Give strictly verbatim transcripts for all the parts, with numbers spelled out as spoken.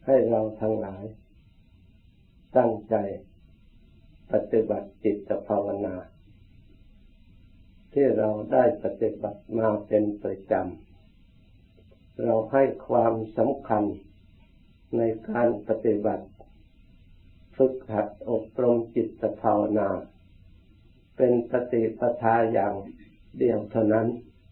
ให้เราทั้งหลายตั้งใจปฏิบัติจิตภาวนาที่เราได้ปฏิบัติมาเป็นประจำเราให้ความสำคัญในการปฏิบัติฝึกหัดอบรมจิตภาวนาเป็นปฏิปทาอย่างเดียวเท่านั้น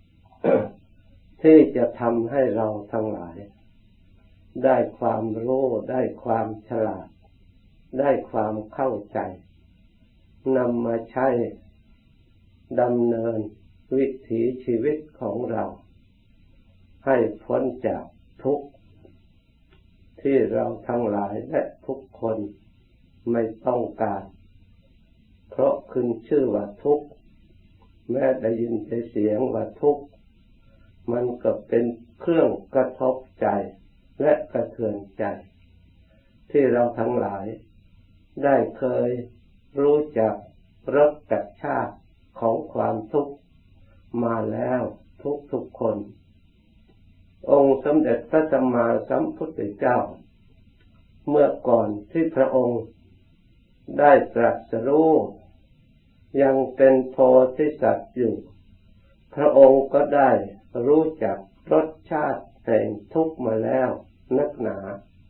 ที่จะทำให้เราทั้งหลายได้ความรู้ได้ความฉลาดได้ความเข้าใจนำมาใช้ดำเนินวิถีชีวิตของเราให้พ้นจากทุกข์ที่เราทั้งหลายและทุกคนไม่ต้องการเพราะขึ้นชื่อว่าทุกข์แม้ได้ยินแต่เสียงว่าทุกข์มันก็เป็นเครื่องกระทบใจและกระเทือนใจที่เราทั้งหลายได้เคยรู้จักรสจักชาติของความทุกข์มาแล้วทุกทุกคนองค์สมเด็จพระสัมมาสัมพุทธเจ้าเมื่อก่อนที่พระองค์ได้ตรัสรู้ยังเป็นโพธิสัตว์อยู่พระองค์ก็ได้รู้จักรสชาติแห่งทุกข์มาแล้วนักหนา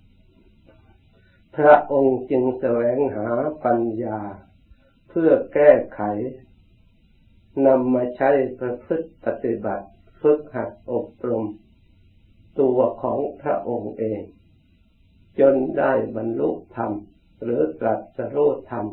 พระองค์จึงแสวงหาปัญญาเพื่อแก้ไขนำมาใช้ประพฤติปฏิบัติฝึกหัดอบรมตัวของพระองค์เองจนได้บรรลุธรรมหรือตรัสรู้ธรรม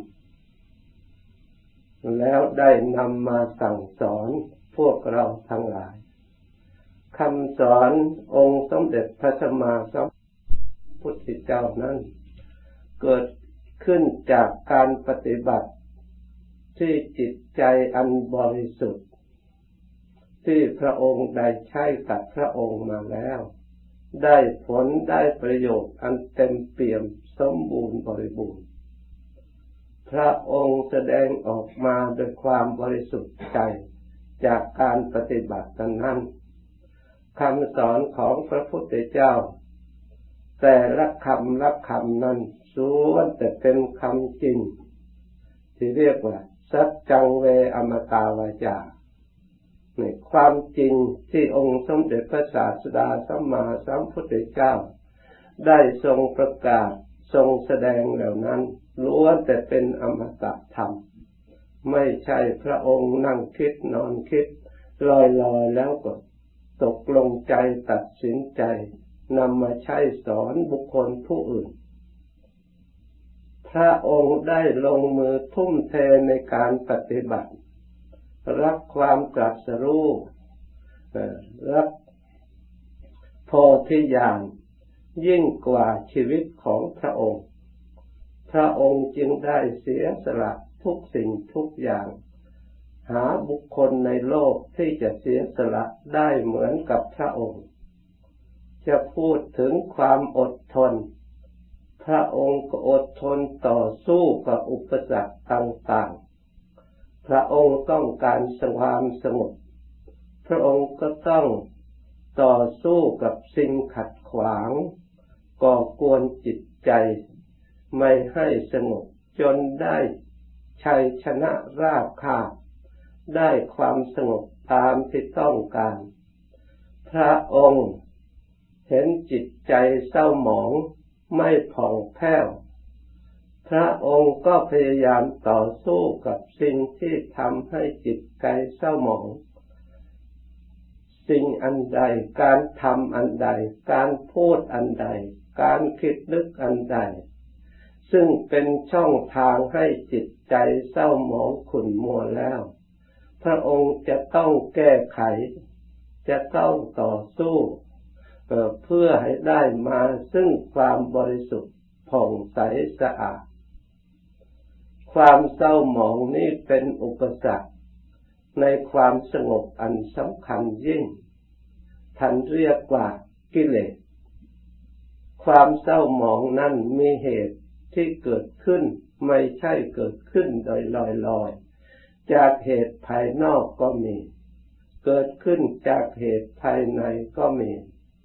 แล้วได้นำมาสั่งสอนพวกเราทั้งหลายคำสอนองค์สมเด็จพระสัมมาสัมพุทธเจ้านั้นเกิดขึ้นจากการปฏิบัติที่จิตใจอันบริสุทธิ์ที่พระองค์ได้ใช้กับพระองค์มาแล้วได้ผลได้ประโยชน์อันเต็มเปี่ยมสมบูรณ์บริบูรณ์พระองค์แสดงออกมาด้วยความบริสุทธิ์ใจจากการปฏิบัตินั้นคำสอนของพระพุทธเจ้าแต่ละคำละคำนั้นล้วนแต่เป็นคำจริงที่เรียกว่าสัจจังเวอมตาวาจาในความจริงที่องค์สมเด็จพระศาสดาสัมมาสัมพุทธเจ้าได้ทรงประกาศทรงแสดงเหล่านั้นล้วนแต่เป็นอมตะธรรมไม่ใช่พระองค์นั่งคิดนอนคิดลอยๆแล้วก็ตกลงใจตัดสินใจนำมาใช้สอนบุคคลผู้อื่นพระองค์ได้ลงมือทุ่มเทในการปฏิบัติรักความตรัสรู้รักโพธิญาณยิ่งกว่าชีวิตของพระองค์พระองค์จึงได้เสียสละทุกสิ่งทุกอย่างหาบุคคลในโลกที่จะเสียสละได้เหมือนกับพระองค์จะพูดถึงความอดทนพระองค์ก็อดทนต่อสู้กับอุปสรรคต่างๆพระองค์ต้องการความสงบพระองค์ก็ต้องต่อสู้กับสิ่งขัดขวางก่อกวนจิตใจไม่ให้สงบจนได้ชัยชนะราบคาบได้ความสงบตามที่ต้องการพระองค์เห็นจิตใจเศร้าหมองไม่ผ่องแผ้วพระองค์ก็พยายามต่อสู้กับสิ่งที่ทำให้จิตใจเศร้าหมองสิ่งอันใดการทำอันใดการพูดอันใดการคิดนึกอันใดซึ่งเป็นช่องทางให้จิตใจเศร้าหมองขุ่นมัวแล้วพระองค์จะต้องแก้ไขจะต้องต่อสู้เพื่อให้ได้มาซึ่งความบริสุทธิ์ผ่องใสสะอาดความเศร้าหมองนี้เป็นอุปสรรคในความสงบอันสำคัญยิ่งท่านเรียกว่ากิเลสความเศร้าหมองนั้นมีเหตุที่เกิดขึ้นไม่ใช่เกิดขึ้นโดยลอยๆจากเหตุภายนอกก็มีเกิดขึ้นจากเหตุภายในก็มี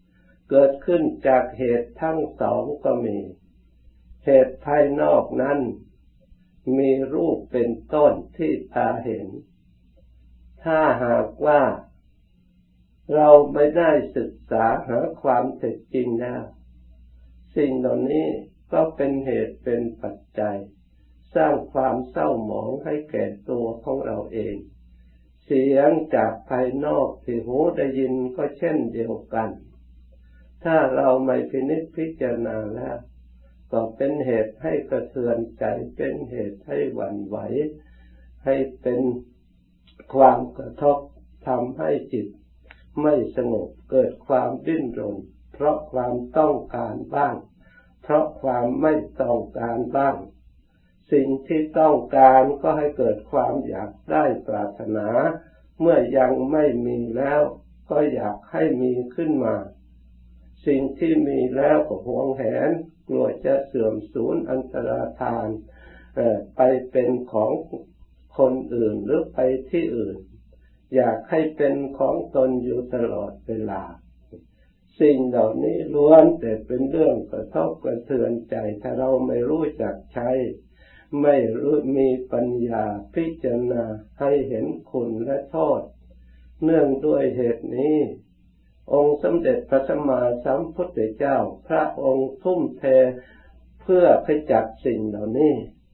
เกิดขึ้นจากเหตุทั้งสองก็มีเหตุภายนอกนั้นมีรูปเป็นต้นที่ตาเห็นถ้าหากว่าเราไม่ได้ศึกษาหาความเท็จจริงแล้วสิ่งเหล่านี้ก็เป็นเหตุเป็นปัจจัยสร้างความเศร้าหมองให้แก่ตัวของเราเองเสียงจากภายนอกที่หูได้ยินก็เช่นเดียวกันถ้าเราไม่พินิจพิจารณาแล้วก็เป็นเหตุให้กระเทือนใจเป็นเหตุให้หวั่นไหวให้เป็นความกระทบทำให้จิตไม่สงบเกิดความดิ้นรนเพราะความต้องการบ้างเพราะความไม่ต้องการบ้างสิ่งที่ต้องการก็ให้เกิดความอยากได้ปรารถนาเมื่อยังไม่มีแล้วก็อยากให้มีขึ้นมาสิ่งที่มีแล้วก็หวงแหนกลัวจะเสื่อมสูญอันตรธานไปเป็นของคนอื่นหรือไปที่อื่นอยากให้เป็นของตนอยู่ตลอดเวลาสิ่งเหล่านี้ล้วนแต่เป็นเรื่องกระทบกระเทือนใจถ้าเราไม่รู้จักใช้ไม่รู้มีปัญญาพิจารณาให้เห็นคุณและโทษเนื่องด้วยเหตุนี้องค์สมเด็จพระสัมมาสัมพุทธเจ้าพระองค์ทุ่มเทเพื่อขจัดสิ่งเหล่านี้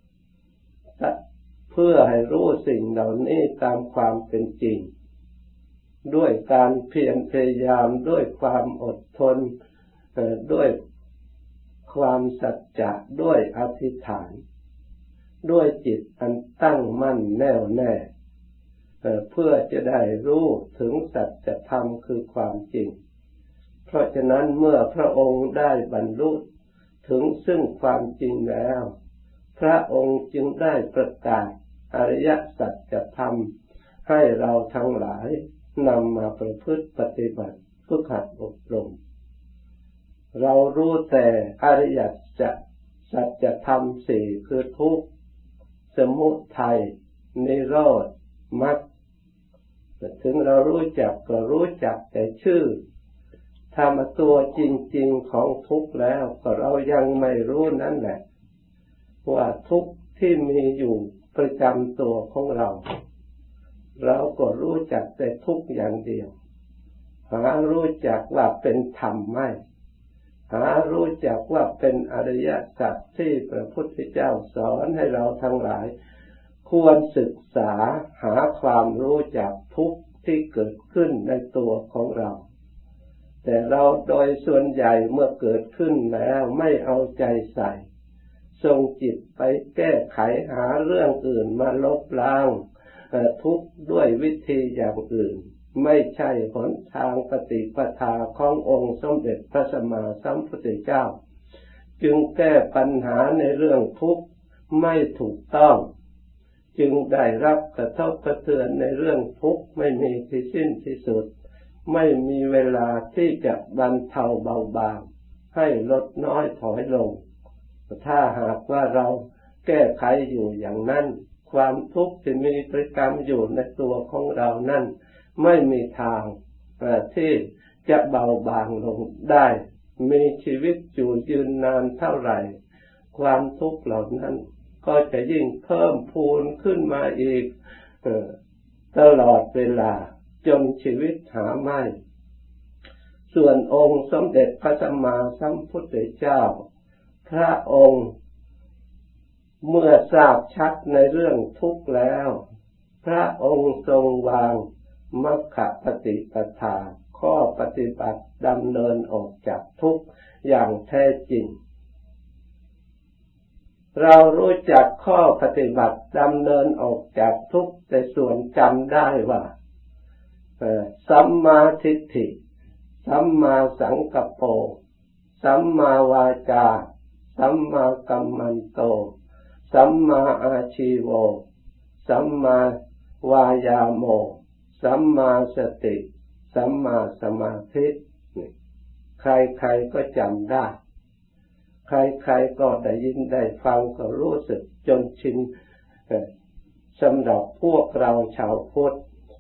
เพื่อให้รู้สิ่งเหล่านี้ตามความเป็นจริงด้วยการเพียรพยายามด้วยความอดทนด้วยความสัจจะด้วยอธิษฐานด้วยจิตอันตั้งมั่นแน่วแน่เพื่อจะได้รู้ถึงสัจธรรมคือความจริงเพราะฉะนั้นเมื่อพระองค์ได้บรรลุถึงซึ่งความจริงแล้วพระองค์จึงได้ประกาศอริยสัจธรรมให้เราทั้งหลายนำมาประพฤติปฏิบัติฝึกหัดอบรมเรารู้แต่อริยสัจธรรมสี่คือทุกข์สมุทัยนิโรธมรรคถึงเรารู้จักก็รู้จักแต่ชื่อถ้ามาตัวจริงๆของทุกข์แล้วก็เรายังไม่รู้นั่นแหละว่าทุกข์ที่มีอยู่ประจำตัวของเราเราก็รู้จักแต่ทุกข์อย่างเดียวหารู้จักว่าเป็นธรรมไม่หารู้จักว่าเป็นอริยสัจที่พระพุทธเจ้าสอนให้เราทั้งหลายควรศึกษาหาความรู้จักทุกข์ที่เกิดขึ้นในตัวของเราแต่เราโดยส่วนใหญ่เมื่อเกิดขึ้นแล้วไม่เอาใจใส่ส่งจิตไปแก้ไขหาเรื่องอื่นมาลบล้างทุกข์ด้วยวิธีอย่างอื่นไม่ใช่หนทางปฏิปทาขององค์สมเด็จพระสัมมาสัมพุทธเจ้าจึงแก้ปัญหาในเรื่องทุกข์ไม่ถูกต้องจึงได้รับกระทบกระเทือนในเรื่องทุกข์ไม่มีที่สิ้นที่สุดไม่มีเวลาที่จะบรรเทาเบาบางให้ลดน้อยถอยลงถ้าหากว่าเราแก้ไขอยู่อย่างนั้นความทุกข์ที่มีพฤติกรรมอยู่ในตัวของเรานั้นไม่มีทางที่จะเบาบางลงได้มีชีวิตอยู่ยืนนานเท่าไหร่ความทุกข์เหล่านั้นก็จะยิ่งเพิ่มพูนขึ้นมาอีกตลอดเวลาจนชีวิตหาไม่ส่วนองค์สมเด็จพระสัมมาสัมพุทธเจ้าพระองค์เมื่อทราบชัดในเรื่องทุกข์แล้วพระองค์ทรงวางมรรคปฏิปทาข้อปฏิบัติดำเนินออกจากทุกข์อย่างแท้จริงเรารู้จักข้อปฏิบัติดำเนินออกจากทุกข์แต่ส่วนจำได้ว่าสัมมาทิฏฐิสัมมาสังกัปโปสัมมาวาจาสัมมากัมมันโตสัมมาอาชีโวสัมมาวายาโมสัมมาสติสัมมาสมาธิใครๆก็จำได้ใครๆก็ได้ยินได้ฟังก็รู้สึกจนชินสำหรับพวกเราชาวพุทธ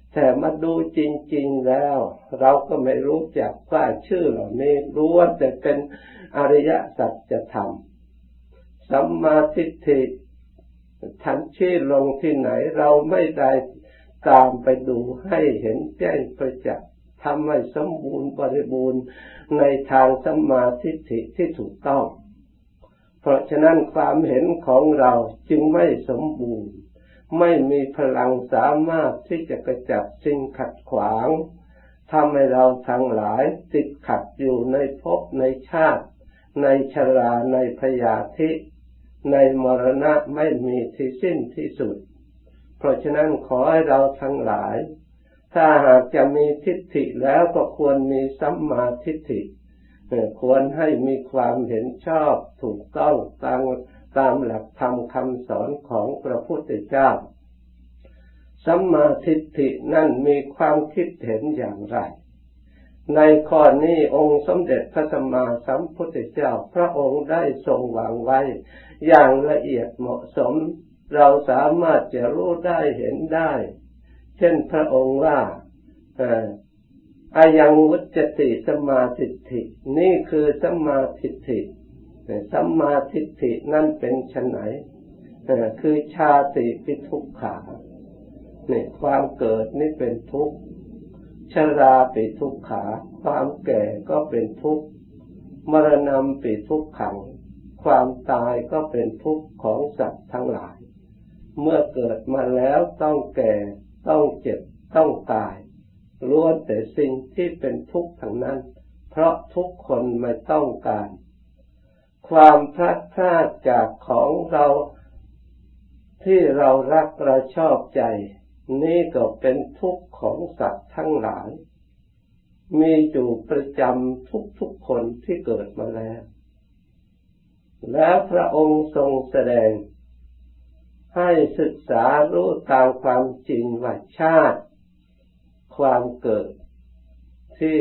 แต่มาดูจริงๆแล้วเราก็ไม่รู้จักว่าชื่อเหล่านี้ล้วนแต่เป็นอริยสัจธรรมสัมมาทิฏฐิทันชี้ลงที่ไหนเราไม่ได้ตามไปดูให้เห็นแจ้งประจักษ์ทำให้สมบูรณ์บริบูรณ์ในทางสัมมาทิฏฐิที่ถูกต้องเพราะฉะนั้นความเห็นของเราจึงไม่สมบูรณ์ไม่มีพลังสามารถที่จะกระจัดสิ่งขัดขวางทำให้เราทั้งหลายติดขัดอยู่ในภพในชาติในชราในพยาธิในมรณะไม่มีที่สิ้นที่สุดเพราะฉะนั้นขอให้เราทั้งหลายถ้าหากจะมีทิฏฐิแล้วก็ควรมีสัมมาทิฏฐิควรให้มีความเห็นชอบถูกต้องตามตามหลักธรรมคำสอนของพระพุทธเจ้าสัมมาทิฏฐินั่นมีความคิดเห็นอย่างไรในข้อนี้องค์สมเด็จพระสัมมาสัมพุทธเจ้าพระองค์ได้ทรงวางไว้อย่างละเอียดเหมาะสมเราสามารถจะรู้ได้เห็นได้เช่นพระองค์ว่าอายังวุจติสัมมาทิฏฐินี่คือสัมมาทิฏฐิสัมมาทิฏฐินั่นเป็นไฉนคือชาติปิทุกขานี่ความเกิดนี่เป็นทุกข์ชราปิทุกขาความแก่ก็เป็นทุกข์มรณะปิทุกขังความตายก็เป็นทุกข์ของสัตว์ทั้งหลายเมื่อเกิดมาแล้วต้องแก่ต้องเจ็บต้องตายล้วนแต่สิ่งที่เป็นทุกข์ทั้งนั้นเพราะทุกคนไม่ต้องการความพลัดพรากจากของเราที่เรารักเราชอบใจนี่ก็เป็นทุกข์ของสัตว์ทั้งหลายมีอยู่ประจำทุกๆคนที่เกิดมาแล้วแล้วพระองค์ทรงแสดงให้ศึกษารู้ตามความจริงว่าชาติความเกิดที่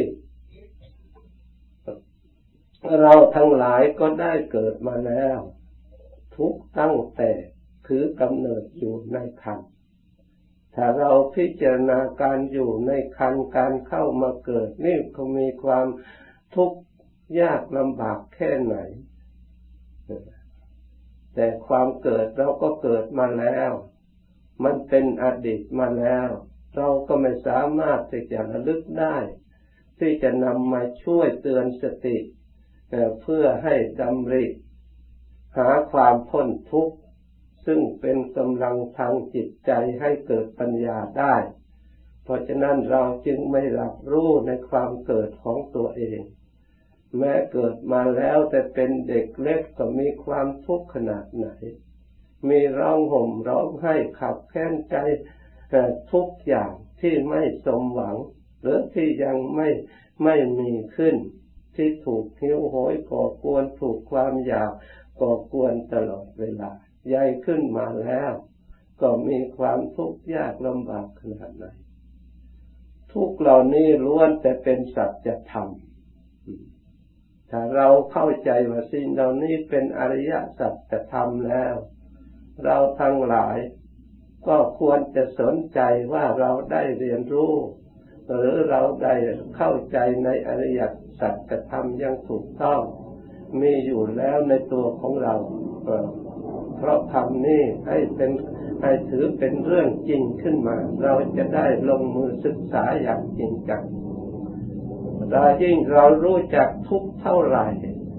เราทั้งหลายก็ได้เกิดมาแล้วทุกตั้งแต่ถือกำเนิดอยู่ในครรภ์ถ้าเราพิจารณาการอยู่ในครรภ์การเข้ามาเกิดนี่ก็มีความทุกข์ยากลำบากแค่ไหนแต่ความเกิดเราก็เกิดมาแล้วมันเป็นอดีตมาแล้วเราก็ไม่สามารถที่จะระลึกได้ที่จะนำมาช่วยเตือนสติเพื่อให้ดำริหาความพ้นทุกข์ซึ่งเป็นกำลังทางจิตใจให้เกิดปัญญาได้เพราะฉะนั้นเราจึงไม่รับรู้ในความเกิดของตัวเองแม้เกิดมาแล้วแต่เป็นเด็กเล็กก็มีความทุกข์ขนาดไหนมีร้องห่มร้องไห้ขับแค้นใจทุกอย่างที่ไม่สมหวังหรือที่ยังไม่ไม่มีขึ้นที่ถูกหิวโหยก่อกวนถูกความอยากก่อกวนตลอดเวลาใหญ่ขึ้นมาแล้วก็มีความทุกข์ยากลำบากขนาดไหนทุกเหล่านี้ล้วนแต่เป็นสัจธรรมถ้าเราเข้าใจว่าสิ่งเหล่านี้เป็นอริยสัจธรรมแล้วเราทั้งหลายก็ควรจะสนใจว่าเราได้เรียนรู้หรือเราได้เข้าใจในอริยสัจธรรมอย่างถูกต้องมีอยู่แล้วในตัวของเราเพราะธรรมนี้ให้เป็นให้ถือเป็นเรื่องจริงขึ้นมาเราจะได้ลงมือศึกษาอย่างจริงจังเรายิ่งเรารู้จักทุกเท่าไหร่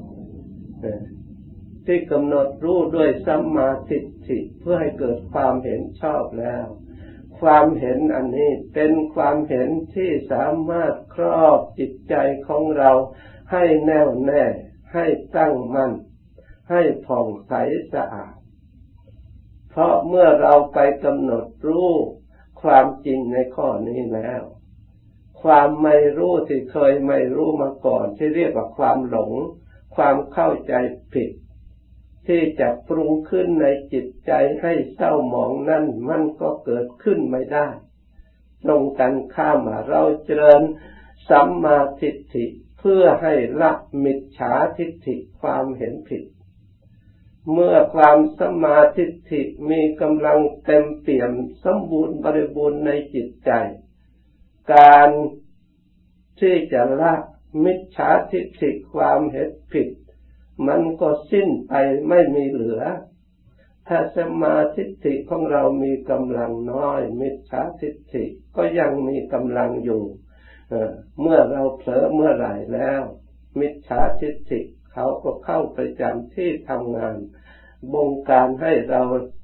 ที่กำหนดรู้ด้วยสัมมาทิฏฐิเพื่อให้เกิดความเห็นชอบแล้วความเห็นอันนี้เป็นความเห็นที่สามารถครอบจิตใจของเราให้แน่วแน่ให้ตั้งมั่นให้ผ่องใสสะอาดเพราะเมื่อเราไปกำหนดรู้ความจริงในข้อนี้แล้วความไม่รู้ที่เคยไม่รู้มาก่อนที่เรียกว่าความหลงความเข้าใจผิดที่จะปรุงขึ้นในจิตใจให้เศร้าหมองนั่นมันก็เกิดขึ้นไม่ได้ตรงกันข้ามเราเจริญสัมมาทิฏฐิเพื่อให้ละมิจฉาทิฏฐิความเห็นผิดเมื่อความสัมมาทิฏฐิมีกำลังเต็มเปี่ยมสมบูรณ์บริบูรณ์ในจิตใจการที่จะละมิจฉาทิฏฐิความเห็นผิดมันก็สิ้นไปไม่มีเหลือถ้าสัมมาทิฏฐิของเรามีกำลังน้อยมิจฉาทิฏฐิก็ยังมีกำลังอยู่เมื่อเราเผลอเมื่อไหร่แล้วมิจฉาทิฏฐิเขาก็เข้าประจำที่ทำงานบงการให้เรา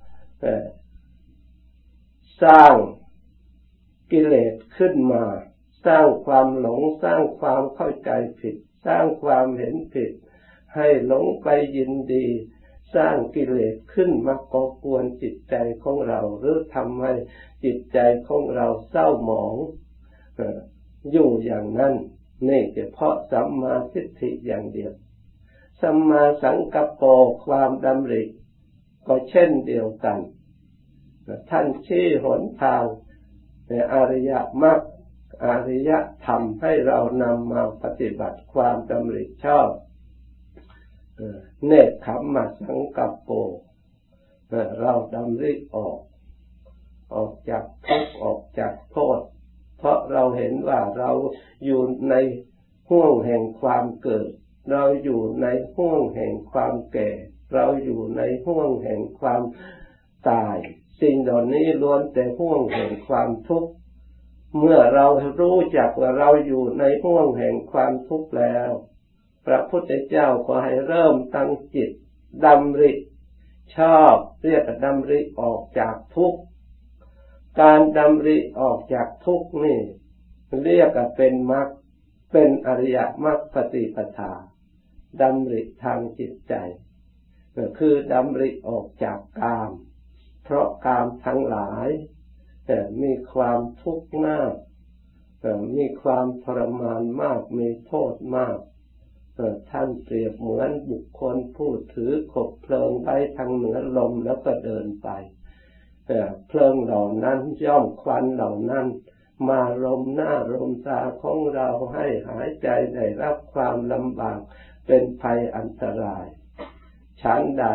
สร้างกิเลสขึ้นมาสร้างความหลงสร้างความเข้าใจผิดสร้างความเห็นผิดให้หลงไปยินดีสร้างกิเลสขึ้นมาก่อกวนจิตใจของเราหรือทำให้จิตใจของเราเศร้าหมองอยู่อย่างนั้นนี่เฉพาะสัมมาทิฏฐิอย่างเดียวสัมมาสังกัปโปความดำริก็เช่นเดียวกันท่านชี้หนทางในอริยมรรคอริยธรรมให้เรานำมาปฏิบัติความดำริชอบเนกขัมมสังกัปโปเราดำริออกออกจากทุกข์ออกจากโทษเพราะเราเห็นว่าเราอยู่ในห่วงแห่งความเกิดเราอยู่ในห่วงแห่งความแก่เราอยู่ในห่วงแห่งความตายสิ่งเหล่านี้ล้วนแต่ห่วงแห่งความทุกข์เมื่อเรารู้จักว่าเราอยู่ในห่วงแห่งความทุกข์แล้วพระพุทธเจ้าก็ให้เริ่มตั้งจิตดำริชอบเรียกดำริออกจากทุกข์การดำริออกจากทุกข์นี่เรียกว่าเป็นมรรคเป็นอริยมรรคปฏิปทาดำริทางจิตใจก็คือดำริออกจากกามเพราะกามทั้งหลายมีความทุกข์มากมีความทรมานมากมีโทษมากท่านเปรียบเหมือนบุคคลผู้ถือขบเพลิงไว้ทางเหนือลมแล้วก็เดินไปเพลิงเหล่านั้นย่อมควันเหล่านั้นมารมหน้ารมตาของเราให้หายใจได้รับความลำบากเป็นภัยอันตรายฉันใด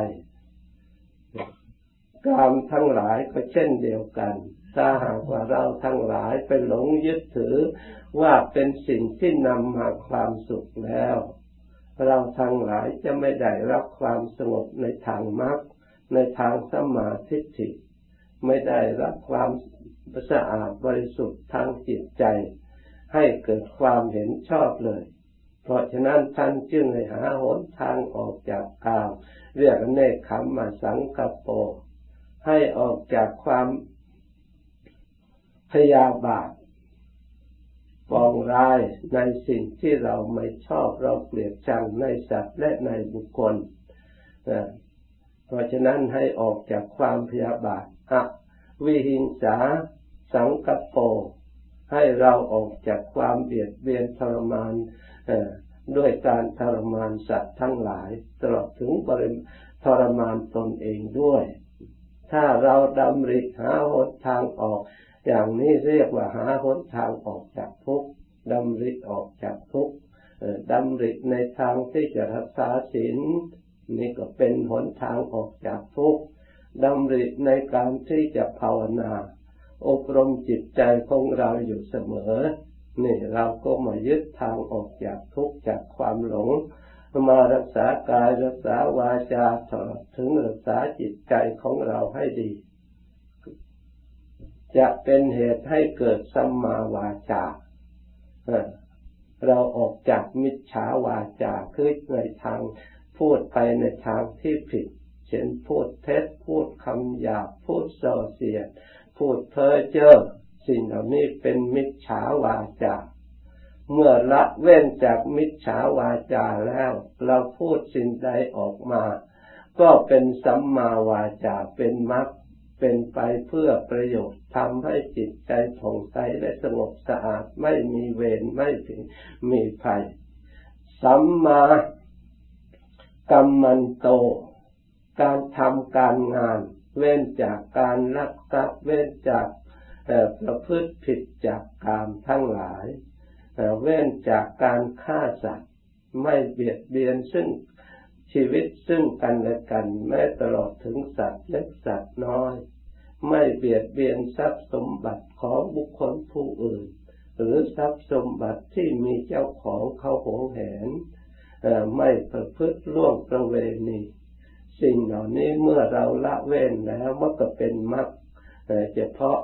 กามทั้งหลายก็เช่นเดียวกันถ้าหากว่าเราทั้งหลายไปหลงยึดถือว่าเป็นสิ่งที่นำมาความสุขแล้วเราทั้งหลายจะไม่ได้รับความสงบในทางมรรคในทางสัมมาทิฏฐิไม่ได้รับความสะอาดบริสุทธิ์ทางจิตใจให้เกิดความเห็นชอบเลยเพราะฉะนั้นท่านจึงให้หาหนทางออกจากกามเรียกเนกขัมมสังกัปโปให้ออกจากความพยาบาทปองร้ายในสิ่งที่เราไม่ชอบเราเกลียดชังในสัตว์และในบุคคลเพราะฉะนั้นให้ออกจากความพยาบาทอวิหิงสาสังกัปโปให้เราออกจากความเบียดเบียนทรมานด้วยการทรมานสัตว์ทั้งหลายตลอดถึงบริทรมานตนเองด้วยถ้าเราดำริหาหนทางออกอย่างนี้เรียกว่าหาหนทางออกจากทุกข์ดำริออกจากทุกข์ดำริในทางที่จะรักษาศีลนี่ก็เป็นหนทางออกจากทุกข์ดำริในการที่จะภาวนาอบรมจิตใจของเราอยู่เสมอนี่เราก็มายึดทางออกจากทุกข์จากความหลงมารักษากายรักษาวาจาตลอดถึงรักษาจิตใจของเราให้ดีจะเป็นเหตุให้เกิดสัมมาวาจาเราออกจากมิจฉาวาจาคือในทางพูดไปในทางที่ผิดเช่นพูดเท็จพูดคำหยาบพูดส่อเสียดพูดเพ้อเจ้อสิ่งเหล่านี้เป็นมิจฉาวาจาเมื่อละเว้นจากมิจฉาวาจาแล้วเราพูดสิ่งใดออกมาก็เป็นสัมมาวาจาเป็นมรรคเป็นไปเพื่อประโยชน์ทำให้จิตใจผ่องใสและสงบสะอาดไม่มีเวรไม่มีภัยสัมมากัมมันโตการทำการงานเว้นจากการลักทรัพย์เว้นจากประพฤติผิดจากกามทั้งหลายเว้นจากการฆ่าสัตว์ไม่เบียดเบียนซึ่งชีวิตซึ่งกันและกันแม้ตลอดถึงสัตว์เล็กสัตว์น้อยไม่เบียดเบียนทรัพย์สมบัติของบุคคลผู้อื่นหรือทรัพย์สมบัติที่มีเจ้าของเขาหวงแหนไม่ประพฤติล่วงประเวณีสิ่งเหล่านี้เมื่อเราละเว้นแล้วมันก็เป็นมรรคเฉพาะ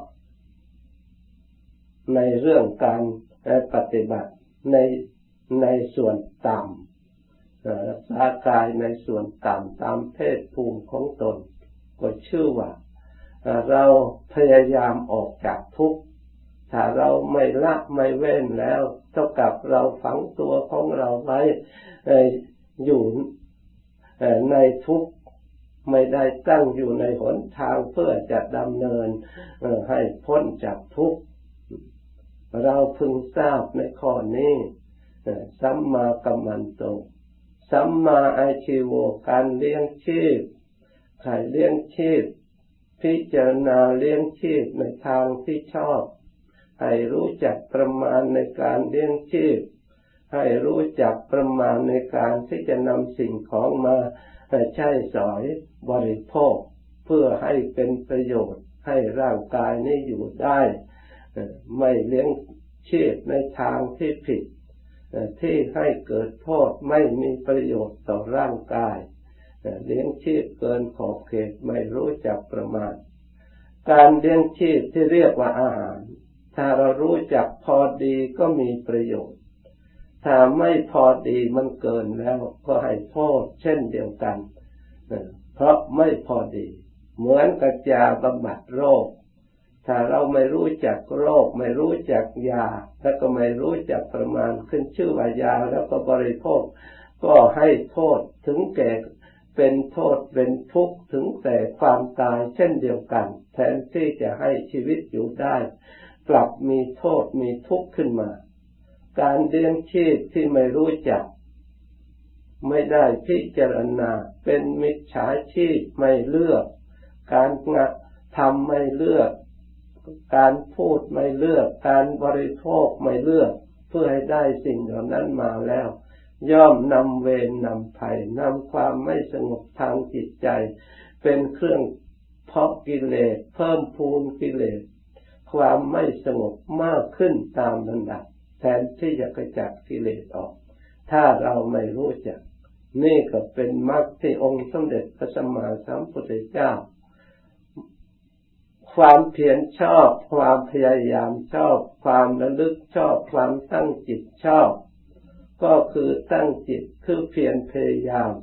ในเรื่องการปฏิบัติในในส่วนต่ำรักษากายในส่วนต่ำตามเพศภูมิของตนก็ชื่อว่าเราพยายามออกจากทุกข์ถ้าเราไม่ละไม่เว้นแล้วเท่ากับเราฝังตัวของเราไว้อยู่ในทุกข์ไม่ได้ตั้งอยู่ในหนทางเพื่อจะดำเนินให้พ้นจากทุกข์เราพึงทราบในข้อนี้สัมมากัมมันโตสัมมาอาชีโวการเลี้ยงชีพใครเลี้ยงชีพพิจารณาเลี้ยงชีพในทางที่ชอบให้รู้จักประมาณในการเลี้ยงชีพให้รู้จักประมาณในการที่จะนำสิ่งของมาใช้สอยบริโภคเพื่อให้เป็นประโยชน์ให้ร่างกายนี้อยู่ได้ไม่เลี้ยงชีพในทางที่ผิดที่ให้เกิดโทษไม่มีประโยชน์ต่อร่างกายเลี้ยงชีพเกินขอบเขตไม่รู้จักประมาณการเลี้ยงชีพที่เรียกว่าอาหารถ้าเรารู้จักพอดีก็มีประโยชน์ถ้าไม่พอดีมันเกินแล้วก็ให้โทษเช่นเดียวกันเพราะไม่พอดีเหมือนกับยาบำบัดโรคถ้าเราไม่รู้จักโรคไม่รู้จักยาแล้วก็ไม่รู้จักประมาณขึ้นชื่อว่ายาแล้วก็บริโภคก็ให้โทษถึงแก่เป็นโทษเป็นทุกข์ถึงแต่ความตายเช่นเดียวกันแทนที่จะให้ชีวิตอยู่ได้กลับมีโทษมีทุกข์ขึ้นมาการเลี้ยงชีพที่ไม่รู้จักไม่ได้พิจารณาเป็นมิจฉาชีพไม่เลือกการงะทำไม่เลือกการพูดไม่เลือกการบริโภคไม่เลือกเพื่อให้ได้สิ่งเหล่านั้นมาแล้วย่อมนำเวรนำภัยนำความไม่สงบทางจิตใจเป็นเครื่องเพาะกิเลสเพิ่มพูนกิเลสความไม่สงบมากขึ้นตามลำดับแทนที่จะกระจัดกิเลสออกถ้าเราไม่รู้จักนี่ก็เป็นมรรคที่องค์สมเด็จพระสัมมาสัมพุทธเจ้าความเพียรชอบความพยายามชอบความระลึกชอบความตั้งจิตชอบก็คือตั้งจิตคือเพียรพยายาม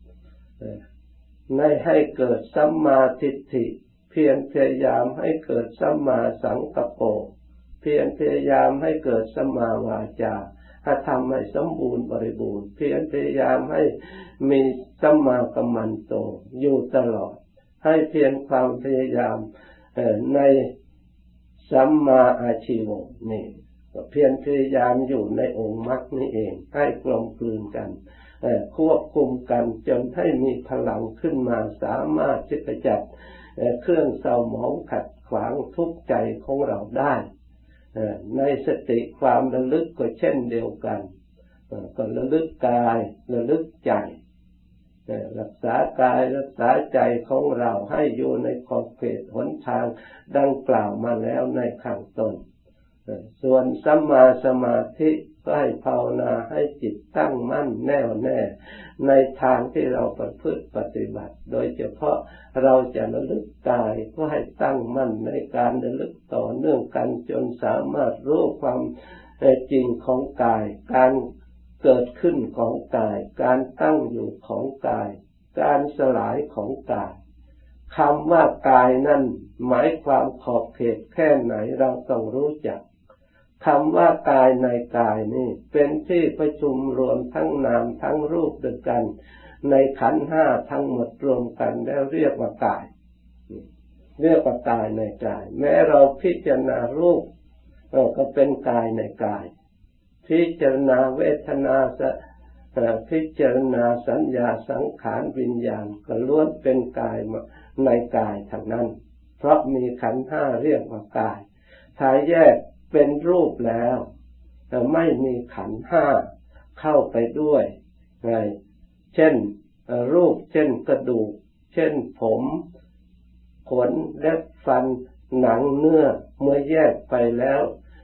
ในให้เกิดสัมมาทิฏฐิเพียรพยายามให้เกิดสัมมาสังกัปโปเพียรพยายามให้เกิดสัมมาวาจาให้ทำให้สมบูรณ์บริบูรณ์เพียรพยายามให้มีสัมมากัมมันโตอยู่ตลอดให้เพียรความพยายามในสัมมาอาชีวะนี่ก็เพียรพยายามอยู่ในองค์มรรคนี้เองให้กลมกลืนกันควบคุมกันจนให้มีพลังขึ้นมาสามารถที่จะจัดเครื่องเศร้าหมองขัดขวางทุกข์ใจของเราได้ในสติความระลึกก็เช่นเดียวกันก็ระลึกกายระลึกใจรักษากายรักษาใจของเราให้อยู่ในขอบเขตหนทางดังกล่าวมาแล้วในข้างต้นส่วนสัมมาสมาธิก็ให้ภาวนาให้จิตตั้งมั่นแน่วแน่ในทางที่เราประพฤติปฏิบัติโดยเฉพาะเราจะระลึกกายก็ให้ตั้งมั่นในการระลึกต่อเนื่องกันจนสามารถรู้ความจริงของกายการเกิดขึ้นของกายการตั้งอยู่ของกายการสลายของกายคำว่ากายนั้นหมายความขอบเขตแค่ไหนเราต้องรู้จักคำว่ากายในกายนี่เป็นที่ประชุมรวมทั้งนามทั้งรูปด้วยกันในขันธ์ห้าทั้งหมดรวมกันแล้วเรียกว่ากายเรียกว่ากายในกายแม้เราพิจารณารูปก็เป็นกายในกายพิจารณาเวทนาพิจารณาสัญญาสังขารวิญญาณก็ล้วนเป็นกายในกายทั้งนั้นเพราะมีขันธ์ห้าเรียกว่ากายถ้าแยกเป็นรูปแล้วแต่ไม่มีขันธ์ห้าเข้าไปด้วยไงเช่นรูปเช่นกระดูกเช่นผมขนเล็บฟันหนังเนื้อเมื่อแยกไปแล้ว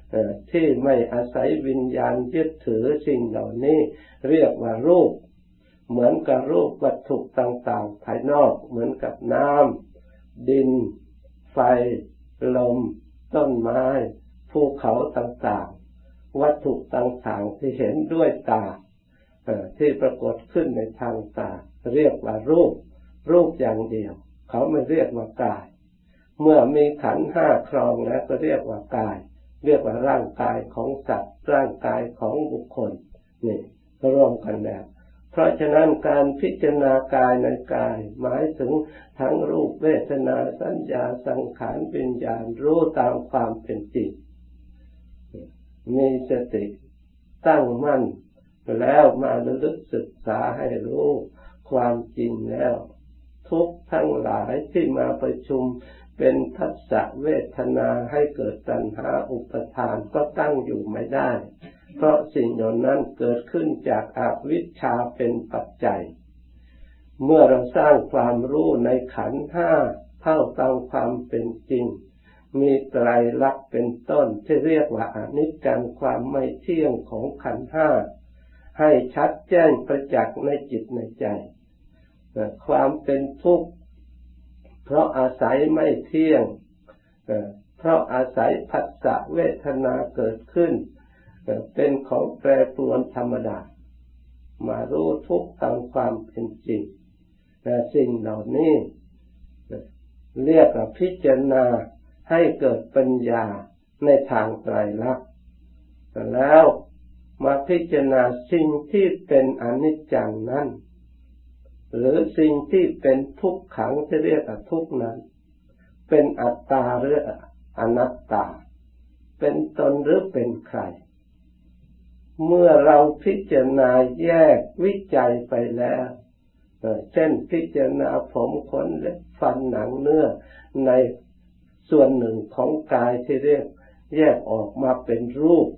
ที่ไม่อาศัยวิญญาณยึดถือสิ่งเหล่านี้เรียกว่ารูปเหมือนกับรูปวัตถุต่างๆภายนอกเหมือนกับน้ำดินไฟลมต้นไม้ภูเขาต่างๆวัตถุต่างๆที่เห็นด้วยตาที่ปรากฏขึ้นในทางตาเรียกว่ารูปรูปอย่างเดียวเขาไม่เรียกว่ากายเมื่อมีขันธ์ห้าครองแล้วก็เรียกว่ากายเรียกว่าร่างกายของสัตว์ร่างกายของบุคคลนี่รวมกันแล้วเพราะฉะนั้นการพิจารณากายในกายหมายถึงทั้งรูปเวทนาสัญญาสังขารวิญญาณรู้ตามความเป็นจริงมีสติตั้งมั่นแล้วมาระลึกศึกษาให้รู้ความจริงแล้วทุกข์ทั้งหลายที่มาประชุมเป็นผัสสะเวทนาให้เกิดตัณหาอุปทานก็ตั้งอยู่ไม่ได้เพราะสิ่งเหล่านั้นเกิดขึ้นจากอวิชชาเป็นปัจจัยเมื่อเราสร้างความรู้ในขันธ์ห้าเท่าตามความเป็นจริงมีไตรลักษณ์เป็นต้นที่เรียกว่าอนิจจังความไม่เที่ยงของขันธ์ห้าให้ชัดแจ้งประจักษ์ในจิตในใจความเป็นทุกข์เพราะอาศัยไม่เที่ยงเพราะอาศัยผัสสะเวทนาเกิดขึ้นเป็นของแปรปรวนธรรมดามารู้ทุกข์ตามความเป็นจริงแต่สิ่งเหล่านี้เรียกว่าพิจารณาให้เกิดปัญญาในทางไตรลักษณ์แล้วมาพิจารณาสิ่งที่เป็นอนิจจังนั้นหรือสิ่งที่เป็นทุกขังที่เรียกว่าทุกข์นั้นเป็นอัตตาหรืออนัตตาเป็นตนหรือเป็นใครเมื่อเราพิจารณาแยกวิจัยไปแล้วเช่นพิจารณาผมขนเล็บฟันหนังเนื้อในส่วนหนึ่งของกายที่เรียกแยกออกมาเป็นรูป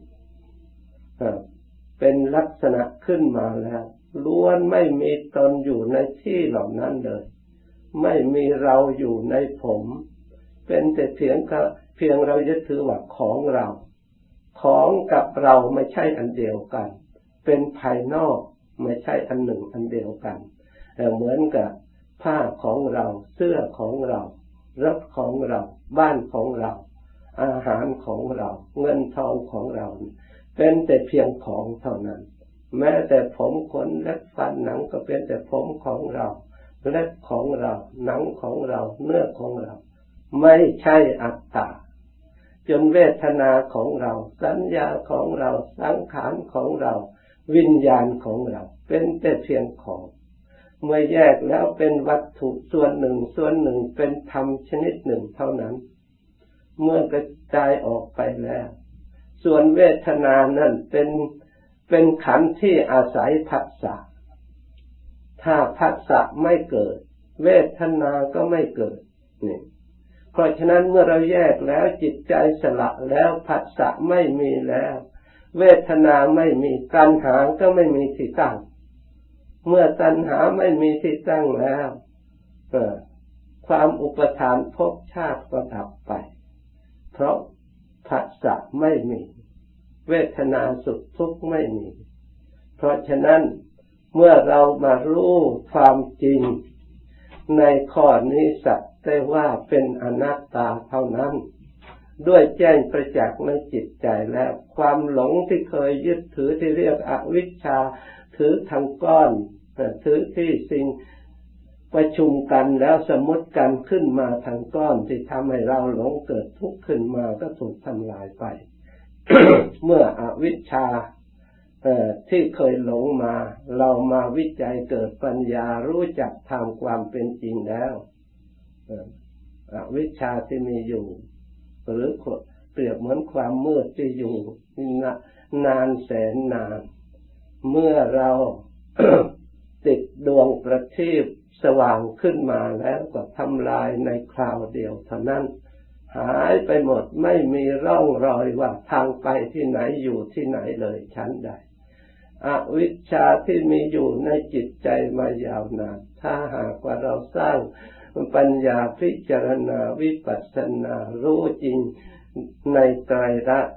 เป็นลักษณะขึ้นมาแล้วล้วนไม่มีตนอยู่ในที่เหล่านั้นเลยไม่มีเราอยู่ในผมเป็นแต่เพียงเพียงเรายึดถือว่าของเราของกับเราไม่ใช่อันเดียวกันเป็นภายนอกไม่ใช่อันหนึ่งอันเดียวกันเหมือนกับผ้าของเราเสื้อของเรารถของเราบ้านของเราอาหารของเราเงินทองของเราเป็นแต่เพียงของเท่านั้นแม้แต่ผมขนเล็บฟันหนังก็เป็นแต่ผมของเราเล็บของเราหนังของเราเนื้อของเราไม่ใช่อัตตาจนเวทนาของเราสัญญาของเราสังขารของเราวิญญาณของเราเป็นแต่เพียงของเมื่อแยกแล้วเป็นวัตถุส่วนหนึ่งส่วนหนึ่งเป็นธรรมชนิดหนึ่งเท่านั้นเมื่อกระจายออกไปแล้วส่วนเวทนานั้นเป็นเป็นขันธ์ที่อาศัยผัสสะถ้าผัสสะไม่เกิดเวทนาก็ไม่เกิดนี่เพราะฉะนั้นเมื่อเราแยกแล้วจิตใจสละแล้วผัสสะไม่มีแล้วเวทนาไม่มีตัณหาก็ไม่มีที่ตั้งเมื่อตัณหาไม่มีที่ตั้งแล้วความอุปทานภพชาติก็ดับไปเพราะผัสสะไม่มีเวทนาสุขทุกข์ไม่มีเพราะฉะนั้นเมื่อเรามารู้ความจริงในข้อนี้สักแต่ว่าเป็นอนัตตาเท่านั้นด้วยแจ้งประจักษ์ในจิตใจแล้วความหลงที่เคยยึดถือที่เรียกอวิชชาถือทั้งก้อนถือที่สิ่งประชุมกันแล้วสมมติกันขึ้นมาทั้งก้อนที่ทำให้เราหลงเกิดทุกข์ขึ้นมาก็ถูกทำลายไป เมื่ออวิชชาที่เคยหลงมาเรามาวิจัยเกิดปัญญารู้จักตามความเป็นจริงแล้วอวิชชาที่มีอยู่หรือเปรียบเหมือนความมืดที่อยู่นานแสนนานเมื่อเรา ติดดวงประทีปสว่างขึ้นมาแล้วก็ทำลายในคราวเดียวเท่านั้นหายไปหมดไม่มีร่องรอยว่าทางไปที่ไหนอยู่ที่ไหนเลยชั้นใดอวิชชาที่มีอยู่ในจิตใจมายาวนานถ้าหากว่าเราสร้างปัญญาพิจารณาวิปัสสนารู้จริงในไตรลักษณ์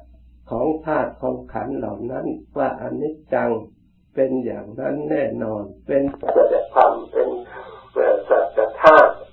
ของธาตุของขันธ์เหล่านั้นว่าอนิจจังเป็นอย่างนั้นแน่นอนเป็นสัจธรรมเป็นสัจธาตุ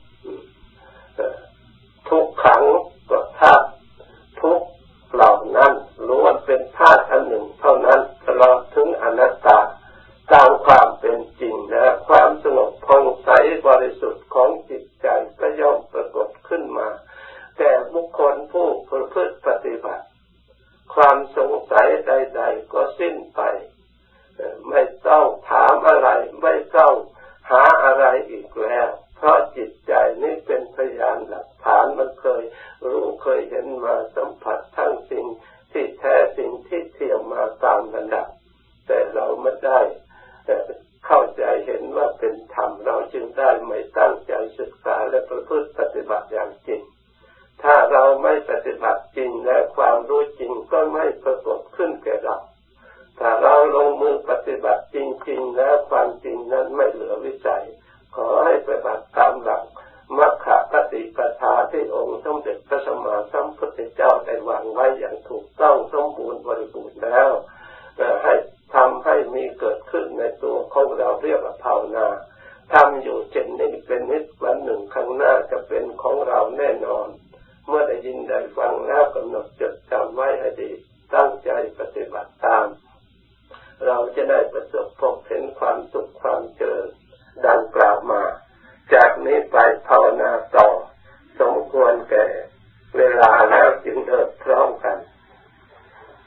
ทุกขังก็ธาตุทุกเหล่านั้นล้วนเป็นธาตุอันหนึ่งเท่านั้นตลอดถึงอนัตตาตามความเป็นจริงและความสงบผ่องใสบริสุทธิ์ของจิตใจก็ย่อมปรากฏขึ้นมาแต่บุคคลผู้ประพฤติปฏิบัติความสงสัยใดๆก็สิ้นไปไม่ต้องถามอะไรไม่ต้องหาอะไรอีกแล้วเพราะจิตใจนี้เป็นพยานหลักฐานมันเคยรู้เคยเห็นมาสัมผัสทั้งสิ่งที่แท้สิ่งที่เทียมมาตามระดับแต่เราไม่ได้เข้าใจเห็นว่าเป็นธรรมเราจึงได้ไม่ตั้งใจศึกษาและประพฤติปฏิบัติอย่างจริงถ้าเราไม่ปฏิบัติจริงและความรู้จริงก็ไม่ปรากฏขึ้นแก่เราถ้าเราลงมือปฏิบัติจริงๆแล้วความจริงนั้นไม่เหลือวิสัยขอให้ปฏิบัติตามหลักมัคคะปฏิปทาที่องค์สมเด็จพระสัมมาสัมพุทธเจ้าได้วางไว้อย่างถูกต้องสมบูรณ์บริบูรณ์แล้วให้ทำให้มีเกิดขึ้นในตัวของเราเรียกว่าภาวนาทำอยู่เช่นนี้เป็นนิจวันหนึ่งข้างหน้าจะเป็นของเราแน่นอนเมื่อได้ยินได้ฟังแล้ว